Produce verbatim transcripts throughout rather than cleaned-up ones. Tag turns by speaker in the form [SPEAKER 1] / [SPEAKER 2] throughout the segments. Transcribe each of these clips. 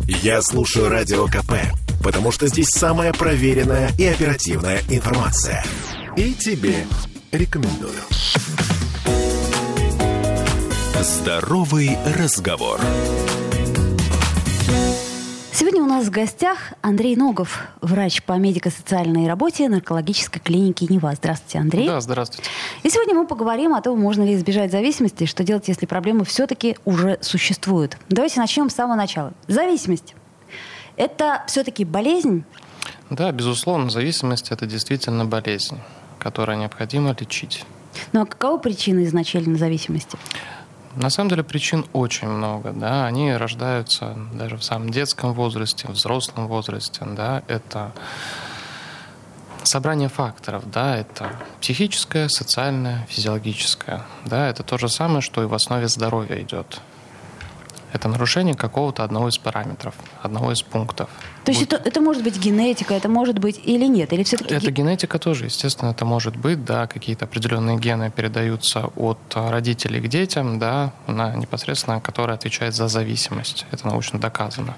[SPEAKER 1] Я слушаю Радио КП, потому что здесь самая проверенная и оперативная информация. И тебе рекомендую. Здоровый разговор.
[SPEAKER 2] Сегодня у нас в гостях Андрей Ногов, врач по медико-социальной работе наркологической клиники НИВА. Здравствуйте, Андрей.
[SPEAKER 3] Да, здравствуйте.
[SPEAKER 2] И сегодня мы поговорим о том, можно ли избежать зависимости, что делать, если проблемы все-таки уже существуют. Давайте начнем с самого начала. Зависимость. Это все-таки болезнь?
[SPEAKER 3] Да, безусловно, зависимость – это действительно болезнь, которую необходимо лечить.
[SPEAKER 2] Ну а каковы причины изначальной зависимости?
[SPEAKER 3] На самом деле причин очень много, да, они рождаются даже в самом детском возрасте, в взрослом возрасте, да, это собрание факторов, да, это психическое, социальное, физиологическое, да, это то же самое, что и в основе здоровья идет. Это нарушение какого-то одного из параметров, одного из пунктов.
[SPEAKER 2] То есть это, это может быть генетика, это может быть или нет? Или все-таки...
[SPEAKER 3] Это генетика тоже, естественно, это может быть, да, какие-то определенные гены передаются от родителей к детям, да, на непосредственно, которая отвечает за зависимость. Это научно доказано.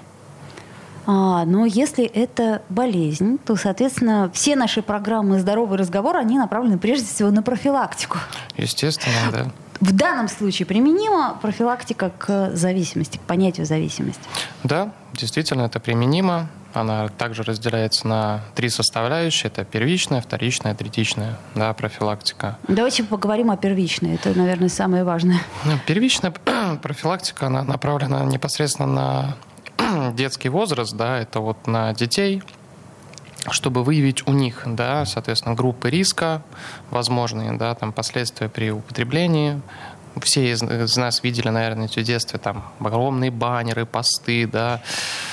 [SPEAKER 2] А, но если это болезнь, то, соответственно, все наши программы «Здоровый разговор», они направлены прежде всего на профилактику.
[SPEAKER 3] Естественно, да.
[SPEAKER 2] В данном случае применима профилактика к зависимости, к понятию зависимости?
[SPEAKER 3] Да, действительно, это применимо. Она также разделяется на три составляющие. Это первичная, вторичная, третичная, да, профилактика.
[SPEAKER 2] Давайте поговорим о первичной. Это, наверное, самое важное.
[SPEAKER 3] Первичная профилактика, она направлена непосредственно на детский возраст, да, это вот на детей, чтобы выявить у них, да, соответственно, группы риска, возможные, да, там, последствия при употреблении. Все из, из нас видели, наверное, в детстве там огромные баннеры, посты, да,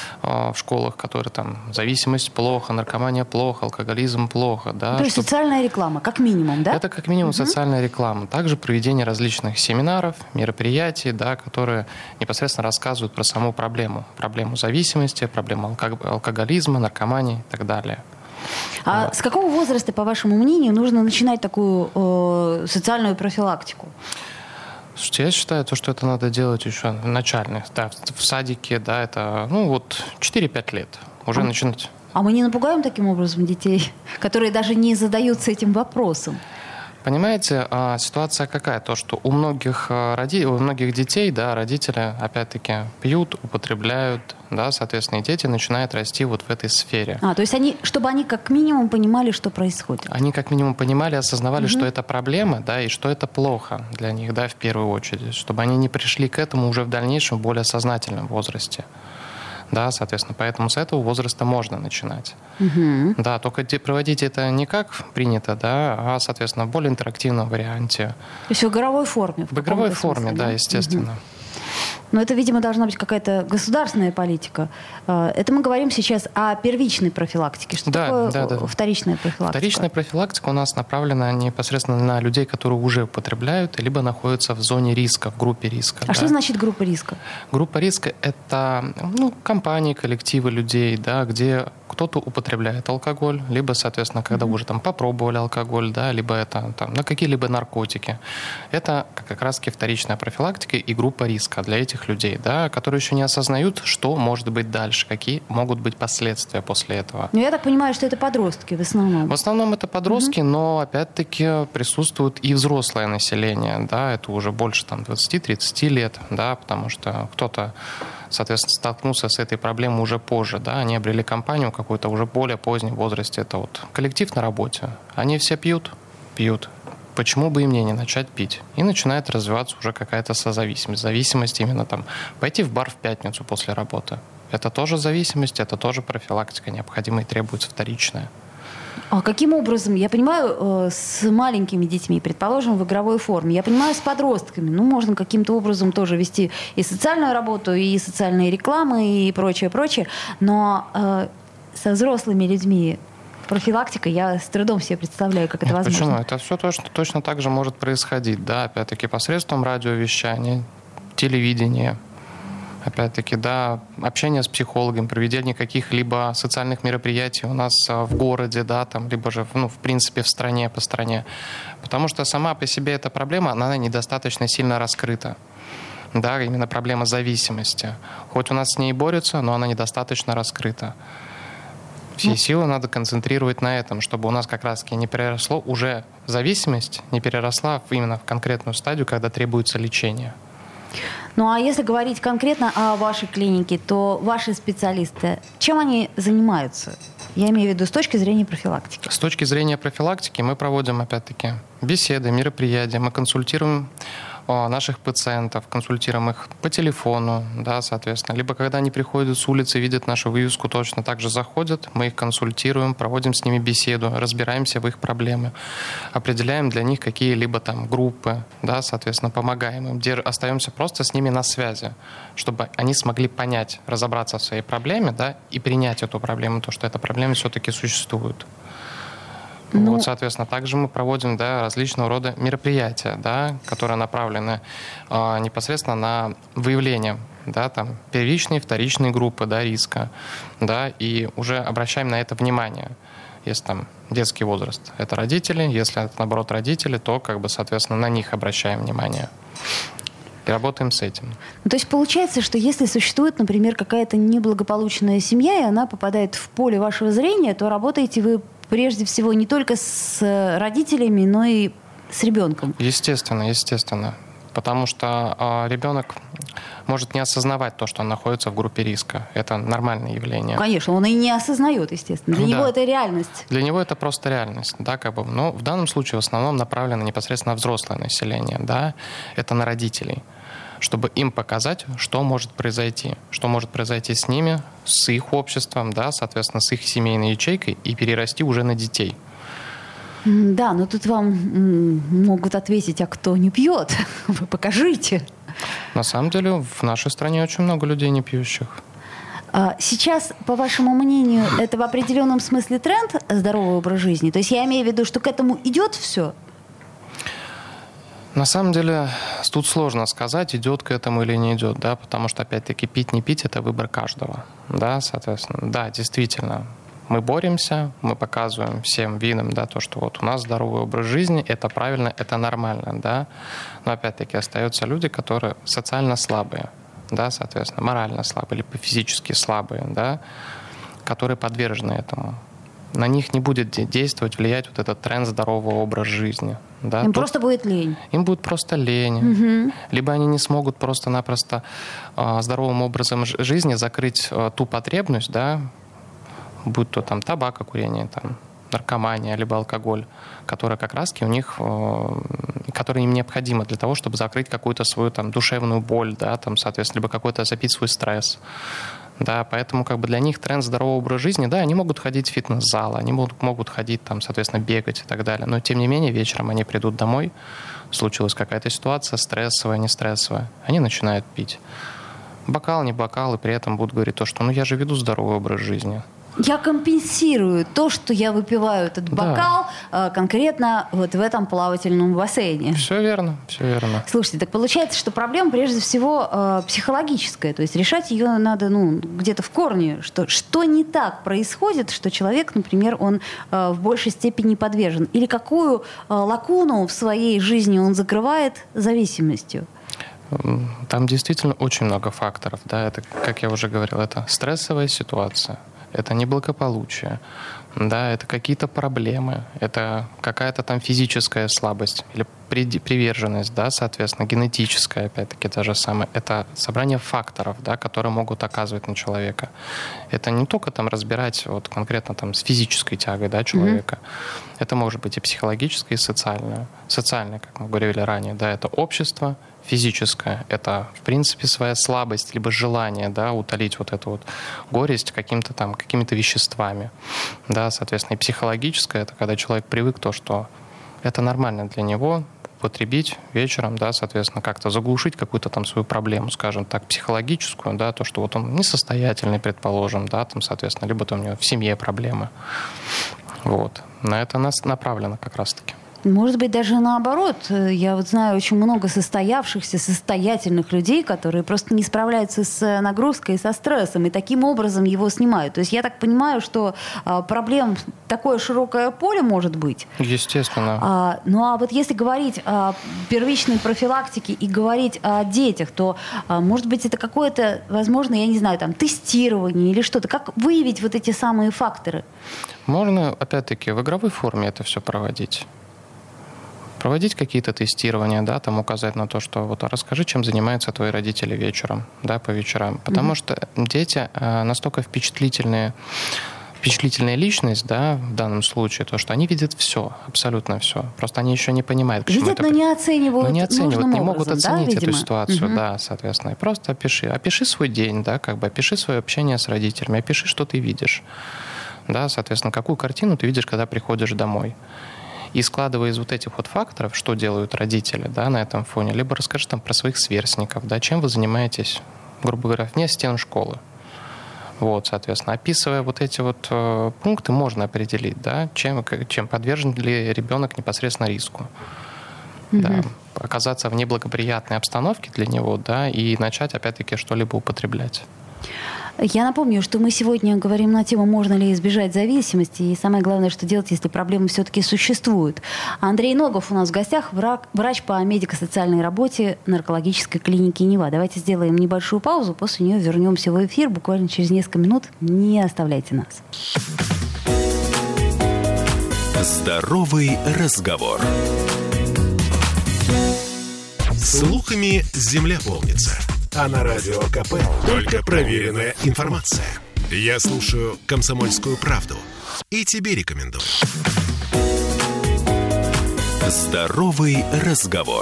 [SPEAKER 3] в школах, которые там зависимость плохо, наркомания плохо, алкоголизм плохо. Да,
[SPEAKER 2] то есть чтобы... социальная реклама, как минимум, да?
[SPEAKER 3] Это как минимум
[SPEAKER 2] угу.
[SPEAKER 3] социальная реклама. Также проведение различных семинаров, мероприятий, да, которые непосредственно рассказывают про саму проблему. Проблему зависимости, проблему алкоголизма, наркомании и так далее.
[SPEAKER 2] А вот. С какого возраста, по вашему мнению, нужно начинать такую э, социальную профилактику?
[SPEAKER 3] Слушайте, я считаю, то, что это надо делать еще в начальных, да, в садике, да, это, ну, вот четыре-пять лет уже а, начинать.
[SPEAKER 2] А мы не напугаем таким образом детей, которые даже не задаются этим вопросом?
[SPEAKER 3] Понимаете, ситуация какая? То, что у многих, роди... у многих детей, да, родители, опять-таки, пьют, употребляют, да, соответственно, и дети начинают расти вот в этой сфере.
[SPEAKER 2] А, то есть они, чтобы они как минимум понимали, что происходит.
[SPEAKER 3] Они как минимум понимали, осознавали, угу. что это проблема, да, и что это плохо для них, да, в первую очередь, чтобы они не пришли к этому уже в дальнейшем в более сознательном возрасте. Да, соответственно, поэтому с этого возраста можно начинать. Угу. Да, только проводить это не как принято, да, а, соответственно, в более интерактивном варианте.
[SPEAKER 2] То есть в игровой форме? В,
[SPEAKER 3] в игровой форме,
[SPEAKER 2] смысле,
[SPEAKER 3] да,
[SPEAKER 2] да,
[SPEAKER 3] естественно.
[SPEAKER 2] Угу. Но это, видимо, должна быть какая-то государственная политика. Это мы говорим сейчас о первичной профилактике. Что
[SPEAKER 3] да,
[SPEAKER 2] такое
[SPEAKER 3] да, да.
[SPEAKER 2] вторичная профилактика?
[SPEAKER 3] Вторичная профилактика у нас направлена непосредственно на людей, которые уже употребляют, либо находятся в зоне риска, в группе риска.
[SPEAKER 2] А
[SPEAKER 3] да.
[SPEAKER 2] что значит группа риска?
[SPEAKER 3] Группа риска – это, ну, компании, коллективы людей, да, где кто-то употребляет алкоголь, либо, соответственно, когда mm-hmm. уже там попробовали алкоголь, да, либо это там, на какие-либо наркотики. Это как раз-таки вторичная профилактика и группа риска для этих людей, да, которые еще не осознают, что может быть дальше, какие могут быть последствия после этого.
[SPEAKER 2] Ну, я так понимаю, что это подростки в основном.
[SPEAKER 3] В основном это подростки, mm-hmm. но опять-таки присутствует и взрослое население, да, это уже больше там двадцать-тридцать лет, да, потому что кто-то, соответственно, столкнулся с этой проблемой уже позже, да, они обрели компанию какую-то уже в более позднем возрасте. Это вот коллектив на работе. Они все пьют, пьют. Почему бы и мне не начать пить? И начинает развиваться уже какая-то созависимость. Зависимость именно там пойти в бар в пятницу после работы. Это тоже зависимость, это тоже профилактика необходимая и требуется вторичная.
[SPEAKER 2] А каким образом, я понимаю, с маленькими детьми, предположим, в игровой форме, я понимаю, с подростками, ну, можно каким-то образом тоже вести и социальную работу, и социальные рекламы, и прочее, прочее, но э, со взрослыми людьми профилактика, я с трудом себе представляю, как это
[SPEAKER 3] Нет,
[SPEAKER 2] возможно.
[SPEAKER 3] Почему? Это все точно, точно так же может происходить, да, опять-таки, посредством радиовещания, телевидения, опять-таки, да, общение с психологом, проведение каких-либо социальных мероприятий у нас в городе, да, там, либо же, ну, в принципе, в стране, по стране. Потому что сама по себе эта проблема, она недостаточно сильно раскрыта. Да, именно проблема зависимости. Хоть у нас с ней борются, но она недостаточно раскрыта. Все силы надо концентрировать на этом, чтобы у нас как раз-таки не переросло уже зависимость, не переросла именно в конкретную стадию, когда требуется лечение.
[SPEAKER 2] Ну а если говорить конкретно о вашей клинике, то ваши специалисты, чем они занимаются? Я имею в виду с точки зрения профилактики.
[SPEAKER 3] С точки зрения профилактики мы проводим, опять-таки, беседы, мероприятия, мы консультируем наших пациентов, консультируем их по телефону, да, соответственно. Либо когда они приходят с улицы, видят нашу вывеску, точно так же заходят, мы их консультируем, проводим с ними беседу, разбираемся в их проблемы, определяем для них какие-либо там группы, да, соответственно, помогаем им, дер- остаемся просто с ними на связи, чтобы они смогли понять, разобраться в своей проблеме, да, и принять эту проблему, то, что эта проблема все-таки существует. Ну, вот, соответственно, также мы проводим, да, различного рода мероприятия, да, которые направлены э, непосредственно на выявление, да, там, первичные, вторичные группы, да, риска, да, и уже обращаем на это внимание. Если там детский возраст, это родители, если это, наоборот, родители, то, как бы, соответственно, на них обращаем внимание. И работаем с этим.
[SPEAKER 2] Ну, то есть получается, что если существует, например, какая-то неблагополучная семья, и она попадает в поле вашего зрения, то работаете вы прежде всего не только с родителями, но и с ребенком.
[SPEAKER 3] Естественно, естественно. Потому что э, ребенок может не осознавать то, что он находится в группе риска. Это нормальное явление.
[SPEAKER 2] Конечно, он и не осознает, естественно. Для
[SPEAKER 3] да.
[SPEAKER 2] него это реальность.
[SPEAKER 3] Для него это просто реальность. Да, как бы. Но в данном случае в основном направлено непосредственно на взрослое население. Да? Это на родителей. Чтобы им показать, что может произойти. Что может произойти с ними, с их обществом, да, соответственно, с их семейной ячейкой и перерасти уже на детей.
[SPEAKER 2] Да, но тут вам могут ответить, а кто не пьет? Вы покажите.
[SPEAKER 3] На самом деле в нашей стране очень много людей не пьющих.
[SPEAKER 2] Сейчас, по вашему мнению, это в определенном смысле тренд здоровый образ жизни? То есть я имею в виду, что к этому идет все?
[SPEAKER 3] На самом деле, тут сложно сказать, идет к этому или не идет, да, потому что, опять-таки, пить, не пить – это выбор каждого, да, соответственно. Да, действительно, мы боремся, мы показываем всем видом, да, то, что вот у нас здоровый образ жизни, это правильно, это нормально, да, но, опять-таки, остаются люди, которые социально слабые, да, соответственно, морально слабые, либо физически слабые, да, которые подвержены этому. На них не будет действовать, влиять вот этот тренд здорового образа жизни. Да?
[SPEAKER 2] Им
[SPEAKER 3] Тут
[SPEAKER 2] просто будет лень.
[SPEAKER 3] Им будет просто лень. Угу. Либо они не смогут просто-напросто э, здоровым образом жизни закрыть э, ту потребность, да, будь то там табакокурение, там, наркомания, либо алкоголь, которая как раз-таки у них, э, которая им необходима для того, чтобы закрыть какую-то свою там, душевную боль, да, там, соответственно, либо какой-то запить свой стресс. Да, поэтому как бы для них тренд здорового образа жизни, да, они могут ходить в фитнес-зал, они могут, могут ходить, там, соответственно, бегать и так далее, но тем не менее вечером они придут домой, случилась какая-то ситуация, стрессовая, не стрессовая, они начинают пить. Бокал, не бокал, и при этом будут говорить то, что ну я же веду здоровый образ жизни.
[SPEAKER 2] Я компенсирую то, что я выпиваю этот бокал,
[SPEAKER 3] да.
[SPEAKER 2] конкретно вот в этом плавательном бассейне.
[SPEAKER 3] Все верно, все верно.
[SPEAKER 2] Слушайте, так получается, что проблема прежде всего э, психологическая, то есть решать ее надо ну, где-то в корне, что, что не так происходит, что человек, например, он э, в большей степени подвержен, или какую э, лакуну в своей жизни он закрывает зависимостью.
[SPEAKER 3] Там действительно очень много факторов, да, это, как я уже говорил, это стрессовая ситуация. Это неблагополучие, да, это какие-то проблемы, это какая-то там физическая слабость или приверженность, да, соответственно, генетическая, опять-таки, та же самая. Это собрание факторов, да, которые могут оказывать на человека. Это не только там разбирать вот конкретно там с физической тягой, да, человека. Mm-hmm. Это может быть и психологическое, и социальное. Социальное, как мы говорили ранее, да, это общество. Физическое — это, в принципе, своя слабость, либо желание, да, утолить вот эту вот горесть каким-то там, какими-то веществами. Да, соответственно, и психологическое — это когда человек привык то, что это нормально для него употребить вечером, да, соответственно, как-то заглушить какую-то там свою проблему, скажем так, психологическую, да, то, что вот он несостоятельный, предположим, да, там, соответственно, либо там у него в семье проблемы. Вот. На это нас направлено как раз-таки.
[SPEAKER 2] Может быть, даже наоборот. Я вот знаю очень много состоявшихся, состоятельных людей, которые просто не справляются с нагрузкой, со стрессом, и таким образом его снимают. То есть я так понимаю, что а, проблем такое широкое поле может быть.
[SPEAKER 3] Естественно.
[SPEAKER 2] А, ну а вот если говорить о первичной профилактике и говорить о детях, то, а, может быть, это какое-то, возможно, я не знаю, там, тестирование или что-то. Как выявить вот эти самые факторы?
[SPEAKER 3] Можно, опять-таки, в игровой форме это все проводить. Проводить какие-то тестирования, да, там указать на то, что вот расскажи, чем занимаются твои родители вечером, да, по вечерам. Потому mm-hmm. что дети э, настолько впечатлительные, впечатлительная личность, да, в данном случае, то, что они видят все, абсолютно все. Просто они еще не понимают, к чему
[SPEAKER 2] видят,
[SPEAKER 3] это...
[SPEAKER 2] но не оценивают.
[SPEAKER 3] Но не оценивают, не
[SPEAKER 2] образом,
[SPEAKER 3] могут оценить
[SPEAKER 2] да,
[SPEAKER 3] эту
[SPEAKER 2] видимо?
[SPEAKER 3] ситуацию,
[SPEAKER 2] Mm-hmm.
[SPEAKER 3] да, соответственно. И просто опиши. Опиши свой день, да, как бы, опиши свое общение с родителями, опиши, что ты видишь. Да, соответственно, какую картину ты видишь, когда приходишь домой. И складывая из вот этих вот факторов, что делают родители, да, на этом фоне, либо расскажи там про своих сверстников, да, чем вы занимаетесь, грубо говоря, вне стен школы. Вот, соответственно, описывая вот эти вот э, пункты, можно определить, да, чем, чем подвержен ли ребенок непосредственно риску. Mm-hmm. Да, оказаться в неблагоприятной обстановке для него, да, и начать, опять-таки, что-либо употреблять.
[SPEAKER 2] Я напомню, что мы сегодня говорим на тему, можно ли избежать зависимости, и самое главное, что делать, если проблемы все-таки существуют. Андрей Ногов у нас в гостях, врач по медико-социальной работе наркологической клиники Нева. Давайте сделаем небольшую паузу, после нее вернемся в эфир буквально через несколько минут. Не оставляйте нас.
[SPEAKER 1] Здоровый разговор. Слухами земля полнится. А на Радио КП только проверенная информация. Я слушаю «Комсомольскую правду» и тебе рекомендую. Здоровый разговор.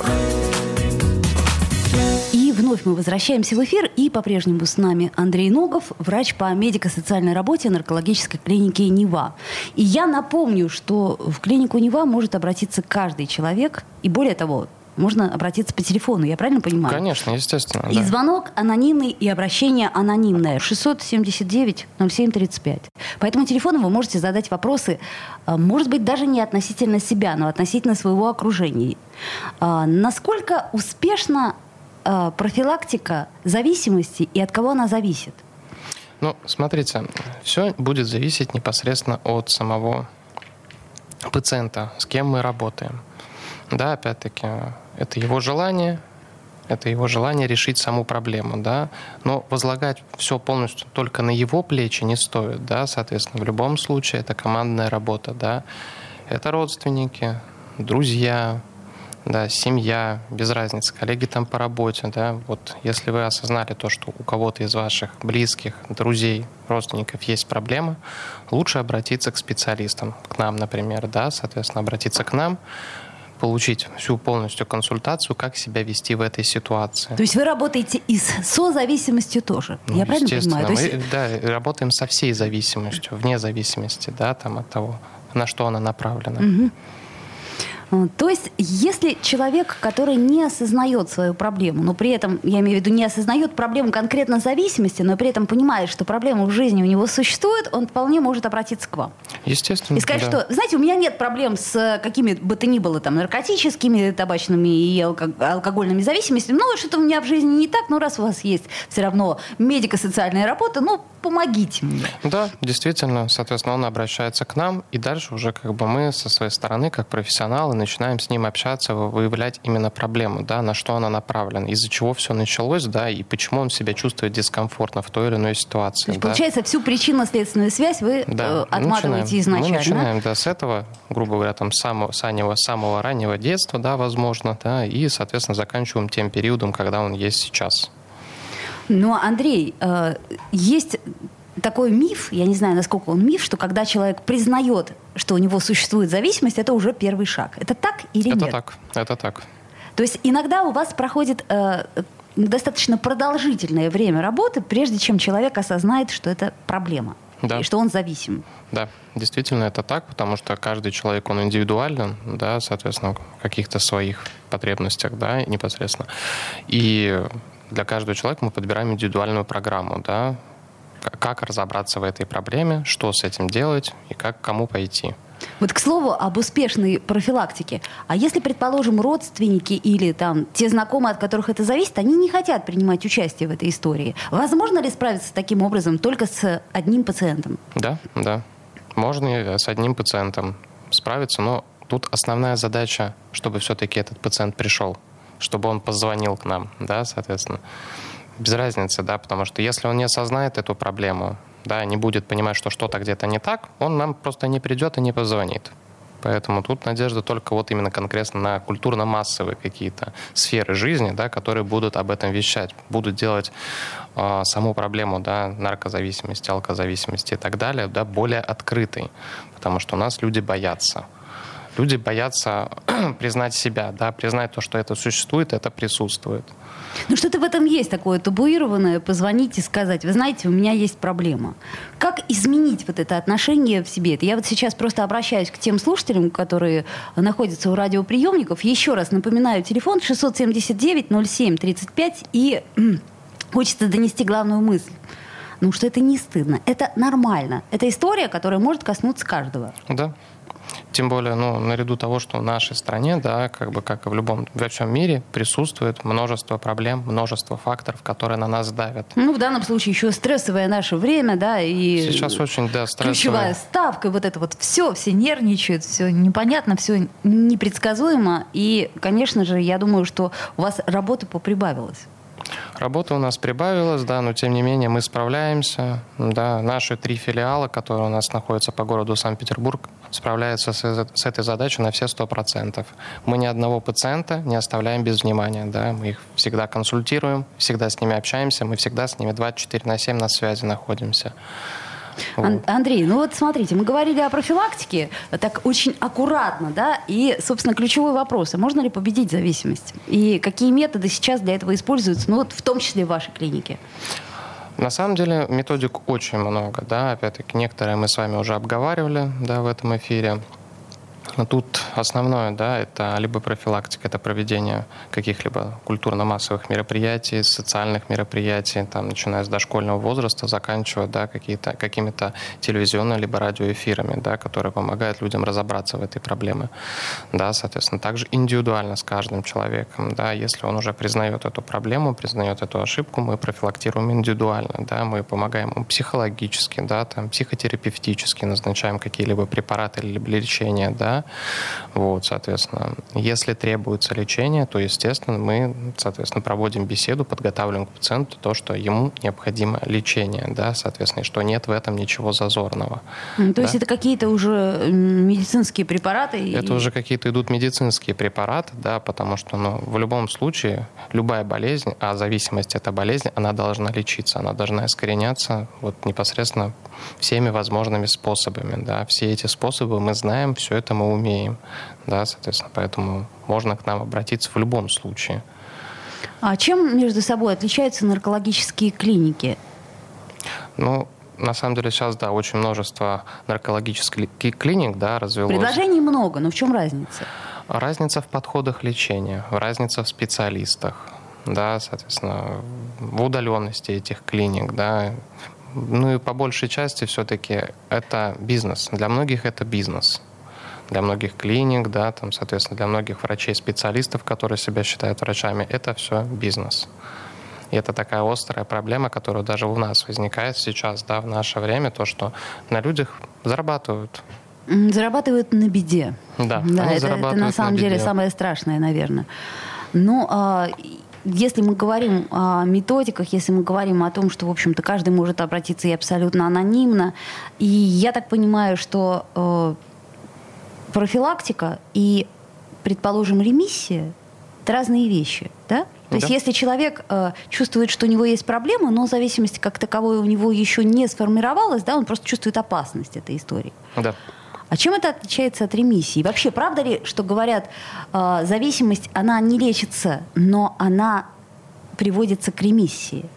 [SPEAKER 2] И вновь мы возвращаемся в эфир, и по-прежнему с нами Андрей Ногов, врач по медико-социальной работе наркологической клиники Нева. И я напомню, что в клинику Нева может обратиться каждый человек, и более того, можно обратиться по телефону, я правильно понимаю?
[SPEAKER 3] Конечно, естественно.
[SPEAKER 2] И
[SPEAKER 3] да.
[SPEAKER 2] звонок анонимный, и обращение анонимное. шестьсот семьдесят девять ноль семь тридцать пять. По этому телефону вы можете задать вопросы, может быть, даже не относительно себя, но относительно своего окружения. Насколько успешна профилактика зависимости и от кого она зависит?
[SPEAKER 3] Ну, смотрите, все будет зависеть непосредственно от самого пациента, с кем мы работаем. Да, опять-таки, это его желание, это его желание решить саму проблему, да, но возлагать все полностью только на его плечи не стоит, да, соответственно, в любом случае это командная работа, да, это родственники, друзья, да, семья, без разницы, коллеги там по работе, да, вот если вы осознали то, что у кого-то из ваших близких, друзей, родственников есть проблема, лучше обратиться к специалистам, к нам, например, да, соответственно, обратиться к нам, получить всю полностью консультацию, как себя вести в этой ситуации.
[SPEAKER 2] То есть вы работаете и с созависимостью тоже, ну, я правильно понимаю?
[SPEAKER 3] Мы,
[SPEAKER 2] есть...
[SPEAKER 3] да, работаем со всей зависимостью, вне зависимости, да, там, от того, на что она направлена.
[SPEAKER 2] Угу. То есть, если человек, который не осознает свою проблему, но при этом, я имею в виду, не осознает проблему конкретно зависимости, но при этом понимает, что проблема в жизни у него существует, он вполне может обратиться к вам.
[SPEAKER 3] Естественно.
[SPEAKER 2] И сказать,
[SPEAKER 3] да.
[SPEAKER 2] что, знаете, у меня нет проблем с какими бы то ни было там наркотическими, табачными и алко- алкогольными зависимостями, ну, что-то у меня в жизни не так, но раз у вас есть все равно медико-социальная работа, ну, помогите мне.
[SPEAKER 3] Да, действительно, соответственно, он обращается к нам, и дальше уже как бы мы со своей стороны, как профессионалы, начинаем с ним общаться, выявлять именно проблему, да, на что она направлена, из-за чего все началось, да, и почему он себя чувствует дискомфортно в той или иной ситуации.
[SPEAKER 2] То есть,
[SPEAKER 3] да.
[SPEAKER 2] Получается, всю причинно-следственную связь вы
[SPEAKER 3] да.
[SPEAKER 2] э, отматываете
[SPEAKER 3] начинаем,
[SPEAKER 2] изначально.
[SPEAKER 3] Мы начинаем, да, с этого, грубо говоря, там, самого, самого, самого раннего детства, да, возможно, да, и, соответственно, заканчиваем тем периодом, когда он есть сейчас.
[SPEAKER 2] Ну, Андрей, э, есть такой миф, я не знаю, насколько он миф, что когда человек признает, что у него существует зависимость, это уже первый шаг. Это так или
[SPEAKER 3] это
[SPEAKER 2] нет?
[SPEAKER 3] Это так, это так.
[SPEAKER 2] То есть иногда у вас проходит э, достаточно продолжительное время работы, прежде чем человек осознает, что это проблема,
[SPEAKER 3] да.
[SPEAKER 2] и что он зависим.
[SPEAKER 3] Да, действительно это так, потому что каждый человек, он индивидуален, да, соответственно, в каких-то своих потребностях, да, непосредственно. И для каждого человека мы подбираем индивидуальную программу, да, как разобраться в этой проблеме, что с этим делать и как к кому пойти.
[SPEAKER 2] Вот, к слову, об успешной профилактике. А если, предположим, родственники или там те знакомые, от которых это зависит, они не хотят принимать участие в этой истории, возможно ли справиться таким образом только с одним пациентом?
[SPEAKER 3] Да, да. Можно с одним пациентом справиться, но тут основная задача, чтобы все-таки этот пациент пришел, чтобы он позвонил к нам, да, соответственно. Без разницы, да, потому что если он не осознает эту проблему, да, не будет понимать, что что-то где-то не так, он нам просто не придет и не позвонит. Поэтому тут надежда только вот именно конкретно на культурно-массовые какие-то сферы жизни, да, которые будут об этом вещать, будут делать э, саму проблему, да, наркозависимости, алкозависимости и так далее, да, более открытой. Потому что у нас люди боятся. Люди боятся признать себя, да, признать то, что это существует, это присутствует.
[SPEAKER 2] Ну что-то в этом есть такое табуированное, позвонить и сказать, вы знаете, у меня есть проблема. Как изменить вот это отношение в себе? Я вот сейчас просто обращаюсь к тем слушателям, которые находятся у радиоприемников. Еще раз напоминаю, телефон шестьсот семьдесят девять ноль семь тридцать пять, и хочется донести главную мысль. Ну что это не стыдно, это нормально. Это история, которая может коснуться каждого.
[SPEAKER 3] Да. Тем более, ну, наряду того, что в нашей стране, да, как бы, как и в любом, во всем мире, присутствует множество проблем, множество факторов, которые на нас давят.
[SPEAKER 2] Ну, в данном случае еще стрессовое наше время, да, и...
[SPEAKER 3] Сейчас очень, да, стрессовое.
[SPEAKER 2] Ключевая ставка, и вот это вот все, все нервничают, все непонятно, все непредсказуемо. И, конечно же, я думаю, что у вас работы поприбавилось.
[SPEAKER 3] Работа у нас прибавилась, да, но тем не менее мы справляемся. Да, наши три филиала, которые у нас находятся по городу Санкт-Петербург, справляются с, с этой задачей на все сто процентов. Мы ни одного пациента не оставляем без внимания. Да, мы их всегда консультируем, всегда с ними общаемся, мы всегда с ними двадцать четыре на семь на связи находимся.
[SPEAKER 2] Вот. Андрей, ну вот смотрите, мы говорили о профилактике так очень аккуратно, да, и, собственно, ключевой вопрос, а можно ли победить зависимость? И какие методы сейчас для этого используются, ну вот в том числе в вашей клинике?
[SPEAKER 3] На самом деле методик очень много, да, опять-таки некоторые мы с вами уже обговаривали, да, в этом эфире. Тут основное, да, это либо профилактика, это проведение каких-либо культурно-массовых мероприятий, социальных мероприятий, там, начиная с дошкольного возраста, заканчивая, да, какие-то, какими-то телевизионными либо радиоэфирами, да, которые помогают людям разобраться в этой проблеме. Да, соответственно, также индивидуально с каждым человеком. Да, если он уже признает эту проблему, признает эту ошибку, мы профилактируем индивидуально. Да, мы помогаем ему психологически, да, там, психотерапевтически, назначаем какие-либо препараты либо лечение, да. Вот, соответственно, если требуется лечение, то, естественно, мы, соответственно, проводим беседу, подготавливаем к пациенту то, что ему необходимо лечение, да, соответственно, и что нет в этом ничего зазорного.
[SPEAKER 2] То
[SPEAKER 3] да?
[SPEAKER 2] есть это какие-то уже медицинские препараты?
[SPEAKER 3] Это и... уже какие-то идут медицинские препараты, да, потому что, ну, в любом случае любая болезнь, а зависимость — это болезнь, она должна лечиться, она должна искореняться вот непосредственно всеми возможными способами, да. Все эти способы мы знаем, все это мы умеем, да, соответственно, поэтому можно к нам обратиться в любом случае.
[SPEAKER 2] А чем между собой отличаются наркологические клиники?
[SPEAKER 3] Ну, на самом деле сейчас, да, очень множество наркологических клиник, да, развелось.
[SPEAKER 2] Предложений много, но в чем разница?
[SPEAKER 3] Разница в подходах лечения, разница в специалистах, да, соответственно, в удаленности этих клиник, да. Ну и по большей части все-таки это бизнес. Для многих это бизнес. Для многих клиник, да, там, соответственно, для многих врачей-специалистов, которые себя считают врачами, это все бизнес. И это такая острая проблема, которая даже у нас возникает сейчас, да, в наше время, то, что на людях зарабатывают.
[SPEAKER 2] Зарабатывают на беде.
[SPEAKER 3] Да,
[SPEAKER 2] да
[SPEAKER 3] они
[SPEAKER 2] это,
[SPEAKER 3] зарабатывают
[SPEAKER 2] это на самом
[SPEAKER 3] на
[SPEAKER 2] деле
[SPEAKER 3] беде.
[SPEAKER 2] самое страшное, наверное. Но а, если мы говорим о методиках, если мы говорим о том, что, в общем-то, каждый может обратиться и абсолютно анонимно, и я так понимаю, что э, профилактика и, предположим, ремиссия — это разные вещи, да? То
[SPEAKER 3] да.
[SPEAKER 2] есть если человек э, чувствует, что у него есть проблема, но зависимость как таковой у него еще не сформировалась, да, он просто чувствует опасность этой истории.
[SPEAKER 3] Да.
[SPEAKER 2] А чем это отличается от ремиссии? Вообще, правда ли, что говорят, э, зависимость, она не лечится, но она приводится к ремиссии?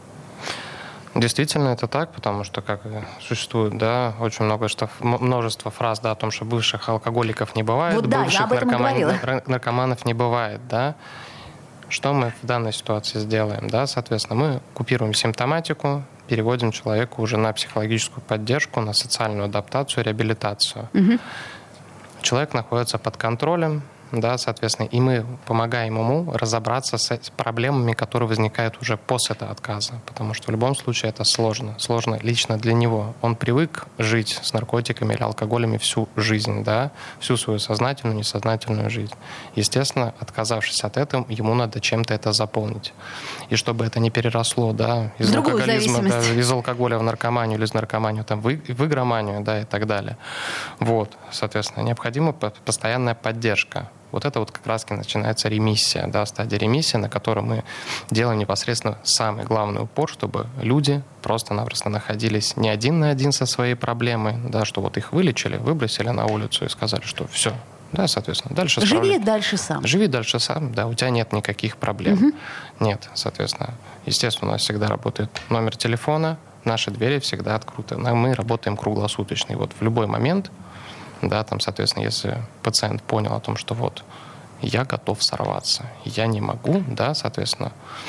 [SPEAKER 3] Действительно, это так, потому что, как существует, да, очень много, что, множество фраз, да, о том, что бывших алкоголиков не бывает,
[SPEAKER 2] вот да,
[SPEAKER 3] бывших
[SPEAKER 2] наркоман,
[SPEAKER 3] наркоманов не бывает, да. Что мы в данной ситуации сделаем, да, соответственно, мы купируем симптоматику, переводим человека уже на психологическую поддержку, на социальную адаптацию, реабилитацию.
[SPEAKER 2] Угу.
[SPEAKER 3] человек находится под контролем, да, соответственно, и мы помогаем ему разобраться с проблемами, которые возникают уже после этого отказа, потому что в любом случае это сложно, сложно лично для него. Он привык жить с наркотиками или алкоголями всю жизнь, да, всю свою сознательную, несознательную жизнь. Естественно, отказавшись от этого, ему надо чем-то это заполнить. И чтобы это не переросло, да, из алкоголизма, да, из алкоголя в наркоманию или из наркоманию там, в, в игроманию, да, и так далее. Вот, соответственно, необходима постоянная поддержка. Вот это вот как раз начинается ремиссия, да, стадия ремиссии, на которой мы делаем непосредственно самый главный упор, чтобы люди просто-напросто находились не один на один со своей проблемой, да, что вот их вылечили, выбросили на улицу и сказали, что все, да, соответственно, дальше справляй.
[SPEAKER 2] Живи дальше сам.
[SPEAKER 3] Живи дальше сам, да, у тебя нет никаких проблем. Угу. Нет, соответственно. Естественно, у нас всегда работает номер телефона, наши двери всегда открыты. Мы работаем круглосуточно. И вот в любой момент, да, там, соответственно, если пациент понял о том, что вот я готов сорваться, я не могу, да, соответственно,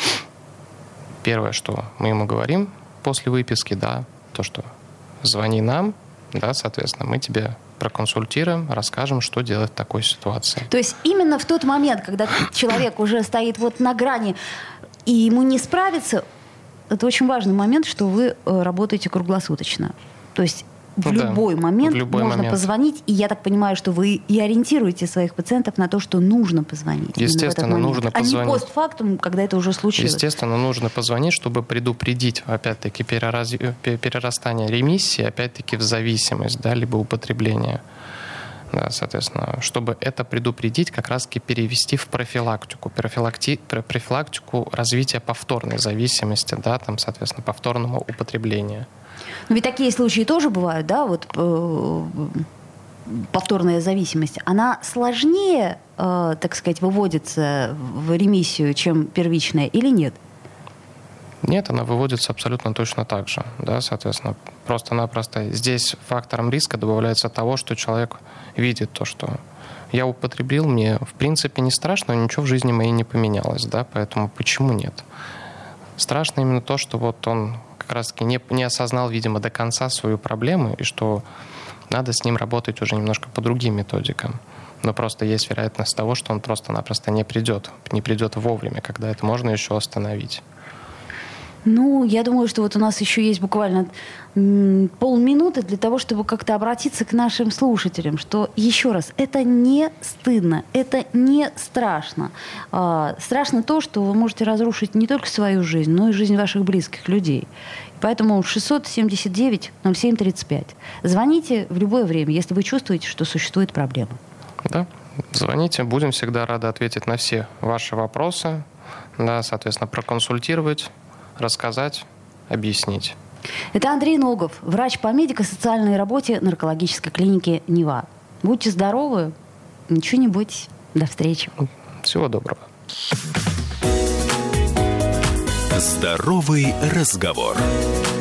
[SPEAKER 3] первое, что мы ему говорим после выписки, да, то, что звони нам, да, соответственно, мы тебе проконсультируем, расскажем, что делать в такой ситуации.
[SPEAKER 2] То есть именно в тот момент, когда человек уже стоит вот на грани и ему не справиться, это очень важный момент, что вы работаете круглосуточно. То есть в, ну, любой, да, момент в любой можно момент позвонить, и я так понимаю, что вы и ориентируете своих пациентов на то, что нужно позвонить.
[SPEAKER 3] Естественно, нужно позвонить.
[SPEAKER 2] А не постфактум, когда это уже случилось.
[SPEAKER 3] Естественно, нужно позвонить, чтобы предупредить, опять-таки, перераз... перерастание ремиссии, опять-таки, в зависимость, да, либо употребление. Да, соответственно, чтобы это предупредить, как раз-таки перевести в профилактику, профилакти... профилактику развития повторной зависимости, да, там, соответственно, повторного употребления.
[SPEAKER 2] Но ведь такие случаи тоже бывают, да, вот э, повторная зависимость. Она сложнее, э, так сказать, выводится в ремиссию, чем первичная, или нет?
[SPEAKER 3] Нет, она выводится абсолютно точно так же, да, соответственно, просто-напросто здесь фактором риска добавляется того, что человек видит то, что я употребил, мне в принципе не страшно, ничего в жизни моей не поменялось, да, поэтому почему нет? Страшно именно то, что вот он как раз-таки не, не осознал, видимо, до конца свою проблему, и что надо с ним работать уже немножко по другим методикам. Но просто есть вероятность того, что он просто-напросто не придет, не придет вовремя, когда это можно еще остановить.
[SPEAKER 2] Ну, я думаю, что вот у нас еще есть буквально м, полминуты для того, чтобы как-то обратиться к нашим слушателям, что, еще раз, это не стыдно, это не страшно. А, страшно то, что вы можете разрушить не только свою жизнь, но и жизнь ваших близких людей. Поэтому шестьсот семьдесят девять ноль семь тридцать пять. Звоните в любое время, если вы чувствуете, что существует проблема.
[SPEAKER 3] Да, звоните, будем всегда рады ответить на все ваши вопросы, да, соответственно, проконсультировать, рассказать, объяснить.
[SPEAKER 2] Это Андрей Ногов, врач по медико-социальной работе наркологической клиники «Нева». Будьте здоровы, ничего не бойтесь. До встречи.
[SPEAKER 3] Всего доброго.
[SPEAKER 1] Здоровый разговор.